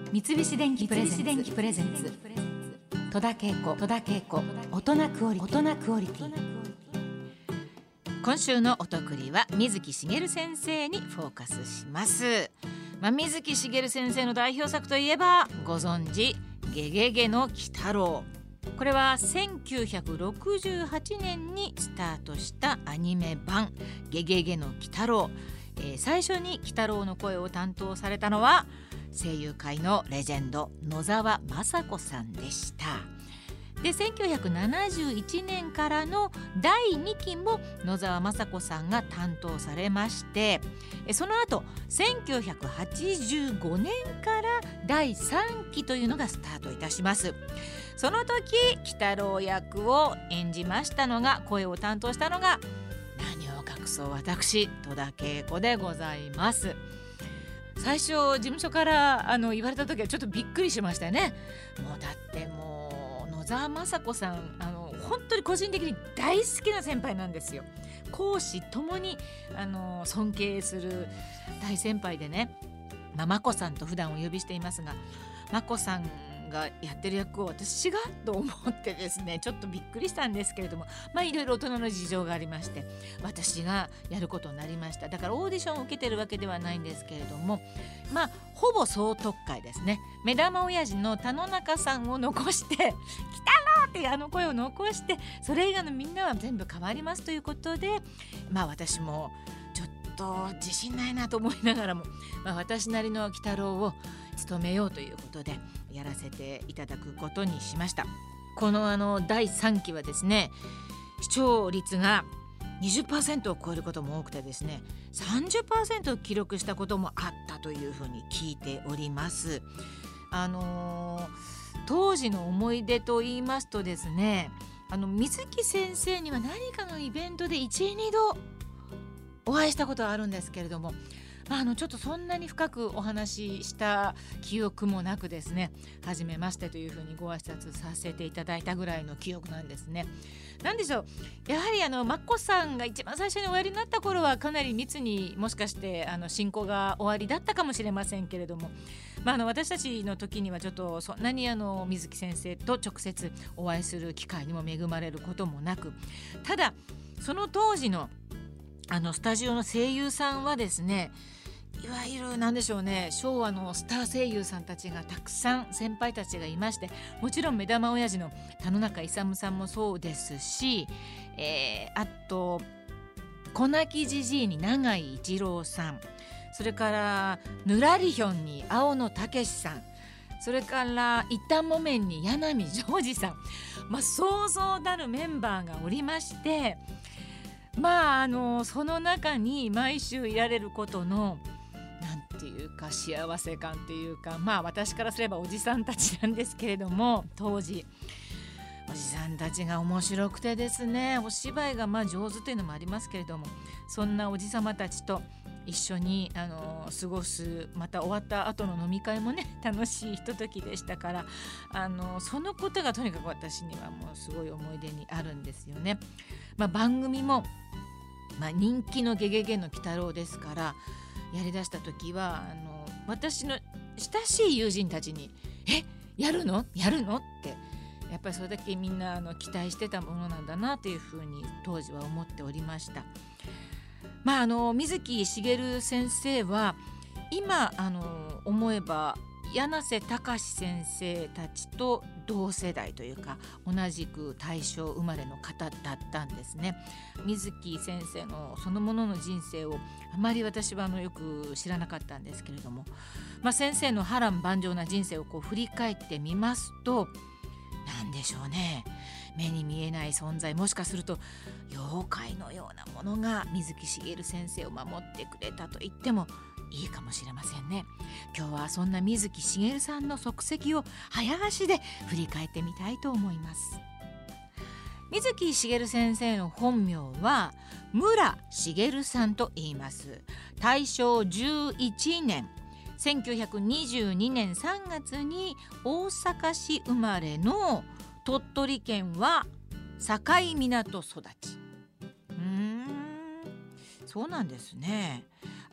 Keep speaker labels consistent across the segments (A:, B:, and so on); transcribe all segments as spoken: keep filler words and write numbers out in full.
A: 三菱電機プレゼンツ戸田恵子大人クオリティ。今週のおとくりは水木しげる先生にフォーカスします。まあ、水木しげる先生の代表作といえばご存知ゲゲゲの鬼太郎。これはせんきゅうひゃくろくじゅうはちねんにスタートしたアニメ版ゲゲゲの鬼太郎、えー、最初に鬼太郎の声を担当されたのは声優界のレジェンド野沢雅子さんでした。でせんきゅうひゃくななじゅういちねんからのだいにきも野沢雅子さんが担当されまして、その後せんきゅうひゃくはちじゅうごねんからだいさんきというのがスタートいたします。その時鬼太郎役を演じましたのが、声を担当したのが何を隠そう私戸田恵子でございます。最初事務所からあの言われた時はちょっとびっくりしましたよね。もうだってもう野沢雅子さん、あの本当に個人的に大好きな先輩なんですよ。講師ともにあの尊敬する大先輩でね、まあ、眞子さんと普段お呼びしていますが、眞子さんがやってる役を私がと思ってですね、ちょっとびっくりしたんですけれども、まあいろいろ大人の事情がありまして私がやることになりました。だからオーディションを受けてるわけではないんですけれども、まあほぼ総特会ですね。目玉親父の田野中さんを残して「来たろ!」ってあの声を残して、それ以外のみんなは全部変わりますということで、まあ私もちょっと自信ないなと思いながらも、まあ、私なりの鬼太郎を務めようということでやらせていただくことにしました。このあのだいさんきはですね、視聴率が にじゅっパーセント を超えることも多くてですね、 さんじゅっパーセント を記録したこともあったというふうに聞いております。あのー、当時の思い出と言いますとですね、あの水木先生には何かのイベントで いち、にどお会いしたことはあるんですけれども、まあ、あのちょっとそんなに深くお話しした記憶もなくですね、初めましてというふうにご挨拶させていただいたぐらいの記憶なんですね。なんでしょう、やはりあの眞子さんが一番最初におやりになった頃はかなり密にもしかしてあの進行が終わりだったかもしれませんけれども、まあ、あの私たちの時にはちょっとそんなにあの水木先生と直接お会いする機会にも恵まれることもなく、ただその当時のあのスタジオの声優さんはですね、いわゆるなんでしょうね、昭和のスター声優さんたちがたくさん先輩たちがいまして、もちろん目玉親父の田野中勇さんもそうですし、えー、あと小泣きじじいに永井一郎さん、それからぬらりひょんに青野武さん、それからいたもめんに柳ジョージさん、まあ、そうそうたるメンバーがおりまして、まあ、あのその中に毎週いられることのなんていうか幸せ感っていうか、まあ私からすればおじさんたちなんですけれども、当時おじさんたちが面白くてですね、お芝居がまあ上手というのもありますけれども、そんなおじさまたちと一緒にあの過ごす、また終わった後の飲み会もね楽しいひとときでしたから、あのそのことがとにかく私にはもうすごい思い出にあるんですよね。まあ、番組も、まあ、人気のゲゲゲの鬼太郎ですから、やりだした時はあの私の親しい友人たちにえやるのやるのってやっぱりそれだけみんなあの期待してたものなんだなというふうに当時は思っておりました。まあ、あの水木しげる先生は今あの思えば柳瀬隆先生たちと同世代というか同じく大正生まれの方だったんですね。水木先生のそのものの人生をあまり私はあのよく知らなかったんですけれども、まあ、先生の波乱万丈な人生をこう振り返ってみますと、なんでしょうね、目に見えない存在、もしかすると妖怪のようなものが水木しげる先生を守ってくれたと言ってもいいかもしれませんね。今日はそんな水木しげるさんの足跡を早足で振り返ってみたいと思います。水木しげる先生の本名は村茂さんと言います。大正じゅういちねんせんきゅうひゃくにじゅうにねんさんがつに大阪市生まれの鳥取県は境港育ち。うーんそうなんですね。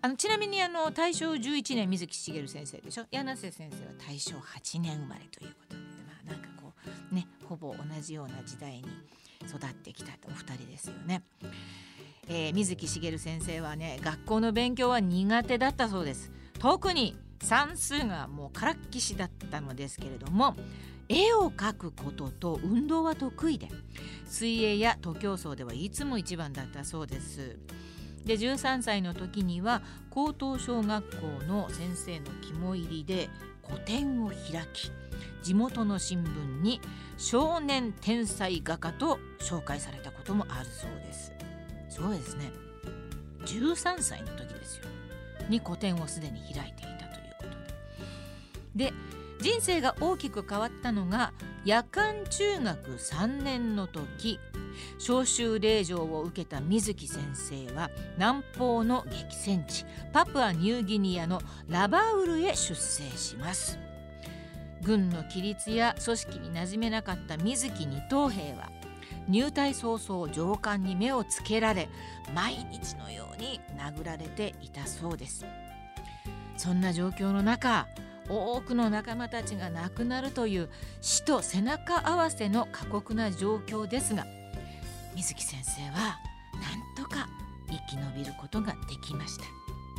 A: あのちなみにあの大正じゅういちねん水木しげる先生でしょ。柳瀬先生は大正はちねん生まれということで、まあ、なんかこうねほぼ同じような時代に育ってきたお二人ですよね。えー、水木しげる先生はね学校の勉強は苦手だったそうです。特に算数がもうからっきしだったのですけれども、絵を描くことと運動は得意で、水泳や徒競走ではいつも一番だったそうです。でじゅうさんさいの時には高等小学校の先生の肝入りで個展を開き、地元の新聞に少年天才画家と紹介されたこともあるそうです。そうですね、じゅうさんさいの時ですよに個展をすでに開いていたということで、で人生が大きく変わったのが夜間中学さんねんの時、召集令状を受けた水木先生は南方の激戦地パプアニューギニアのラバウルへ出征します。軍の規律や組織に馴染めなかった水木二等兵は入隊早々上官に目をつけられ、毎日のように殴られていたそうです。そんな状況の中、多くの仲間たちが亡くなるという死と背中合わせの過酷な状況ですが、水木先生はなんとか生き延びることができました。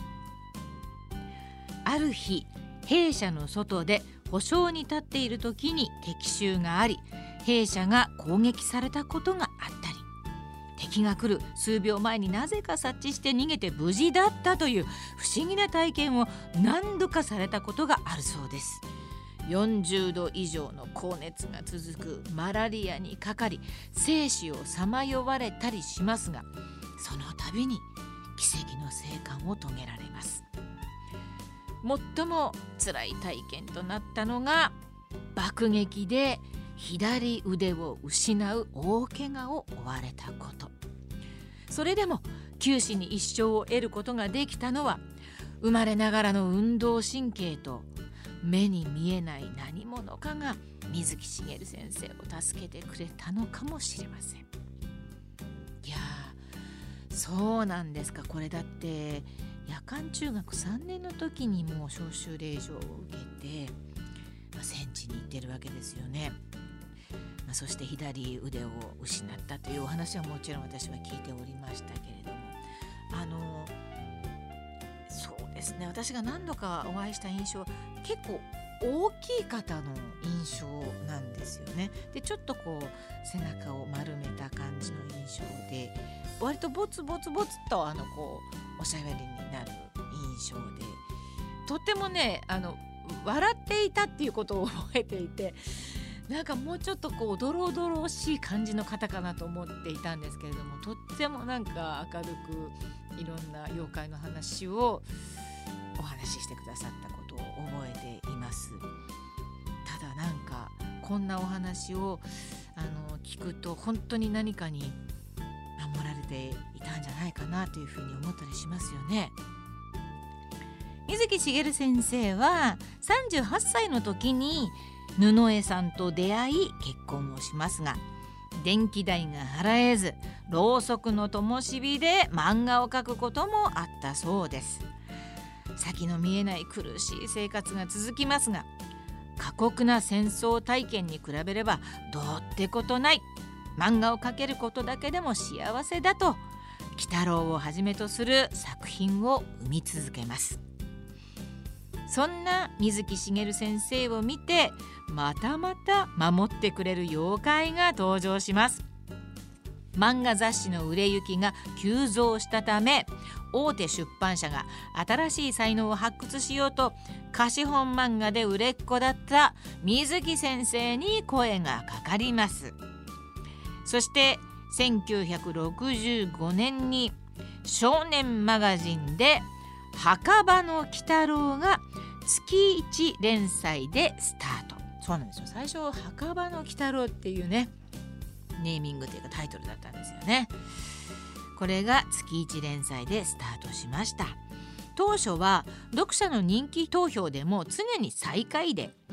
A: ある日、兵舎の外で保証に立っている時に敵襲があり、兵舎が攻撃されたことがあったり、敵が来る数秒前になぜか察知して逃げて無事だったという不思議な体験を何度かされたことがあるそうです。よんじゅうど以上の高熱が続くマラリアにかかり、生死をさまよわれたりしますが、その度に奇跡の生還を遂げられます。最も辛い体験となったのが爆撃で左腕を失う大怪我を負われたこと。それでも九死に一生を得ることができたのは、生まれながらの運動神経と目に見えない何者かが水木しげる先生を助けてくれたのかもしれません。いやー、そうなんですか。これだって夜間中学さんねんの時にもう召集令状を受けて、まあ、戦地に行ってるわけですよね。まあ、そして左腕を失ったというお話はもちろん私は聞いておりましたけれども、あのそうですね、私が何度かお会いした印象は結構大きい方の印象なんですよね。でちょっとこう背中を丸めた感じの印象で、割とボツボツボツとあのこうおしゃべりになる印象で、とてもねあの笑っていたっていうことを覚えていて、なんかもうちょっとこうドロドロしい感じの方かなと思っていたんですけれども、とってもなんか明るくいろんな妖怪の話をお話ししてくださったことを覚えています。ただなんかこんなお話をあの聞くと本当に何かに守られていたんじゃないかなというふうに思ったりしますよね。水木しげる先生はさんじゅうはっさいの時に布江さんと出会い結婚をしますが、電気代が払えずろうそくの灯火で漫画を描くこともあったそうです。先の見えない苦しい生活が続きますが、過酷な戦争体験に比べればどうってことない、漫画を描けることだけでも幸せだと、鬼太郎をはじめとする作品を生み続けます。そんな水木しげる先生を見て、またまた守ってくれる妖怪が登場します。漫画雑誌の売れ行きが急増したため、大手出版社が新しい才能を発掘しようと、貸本漫画で売れっ子だった水木先生に声がかかります。そしてせんきゅうひゃくろくじゅうごねんに少年マガジンで墓場の鬼太郎が月いち連載でスタート。そうなんですよ。最初墓場の鬼太郎っていうねネーミングというかタイトルだったんですよね。これが月いち連載でスタートしました。当初は読者の人気投票でも常に最下位で、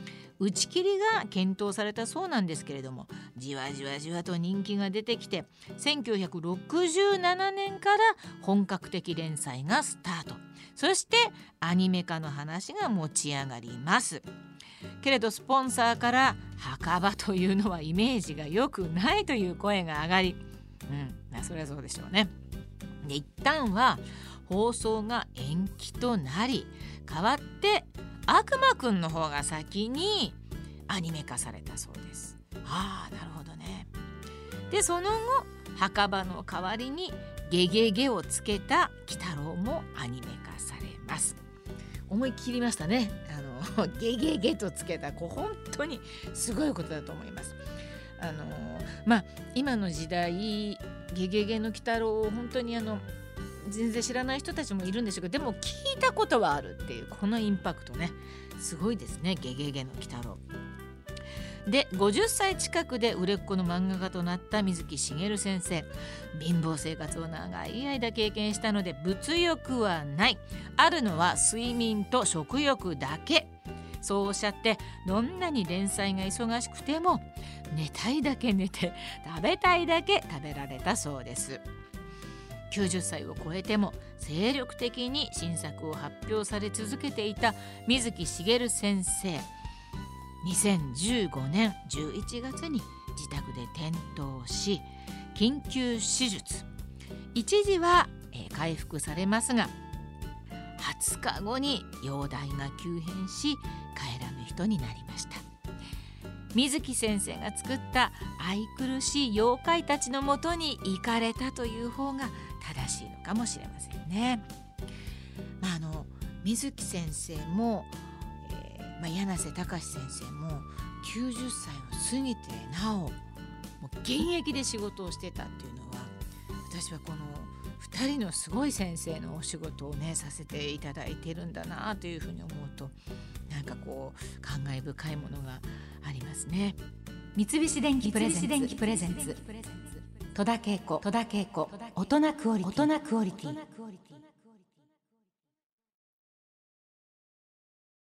A: 打ち切りが検討されたそうなんですけれども、じわじわじわと人気が出てきてせんきゅうひゃくろくじゅうななねんから本格的連載がスタート。そしてアニメ化の話が持ち上がります。けれどスポンサーから墓場というのはイメージが良くないという声が上がり、うん、それはそうでしょうね。で一旦は放送が延期となり、代わって悪魔くんの方が先にアニメ化されたそうです。ああ、なるほどね。でその後墓場の代わりにゲゲゲをつけた鬼太郎もアニメ化されます。思い切りましたね。あのゲゲゲとつけた、こう本当にすごいことだと思います。あのまあ今の時代ゲゲゲの鬼太郎を本当にあの全然知らない人たちもいるんでしょうけど、でも聞いたことはあるっていうこのインパクトね、すごいですね。ゲゲゲの鬼太郎でごじゅっさい近くで売れっ子の漫画家となった水木しげる先生、貧乏生活を長い間経験したので物欲はない、あるのは睡眠と食欲だけ、そうおっしゃって、どんなに連載が忙しくても寝たいだけ寝て食べたいだけ食べられたそうです。きゅうじゅっさいを超えても精力的に新作を発表され続けていた水木しげる先生、にせんじゅうごねんじゅういちがつに自宅で転倒し緊急手術、一時は、えー、回復されますがはつかごに容体が急変し帰らぬ人になりました。水木先生が作った愛くるしい妖怪たちのもとに行かれたという方が正しいのかもしれませんね。まあ、あの水木先生も、えーまあ、柳瀬隆先生もきゅうじゅっさいを過ぎてなおもう現役で仕事をしてたっていうのは、私はこのふたりのすごい先生のお仕事をねさせていただいているんだなというふうに思うと、なんかこう感慨深いものがありますね。
B: 三菱電機プレゼンツ戸田恵子大人クオリティ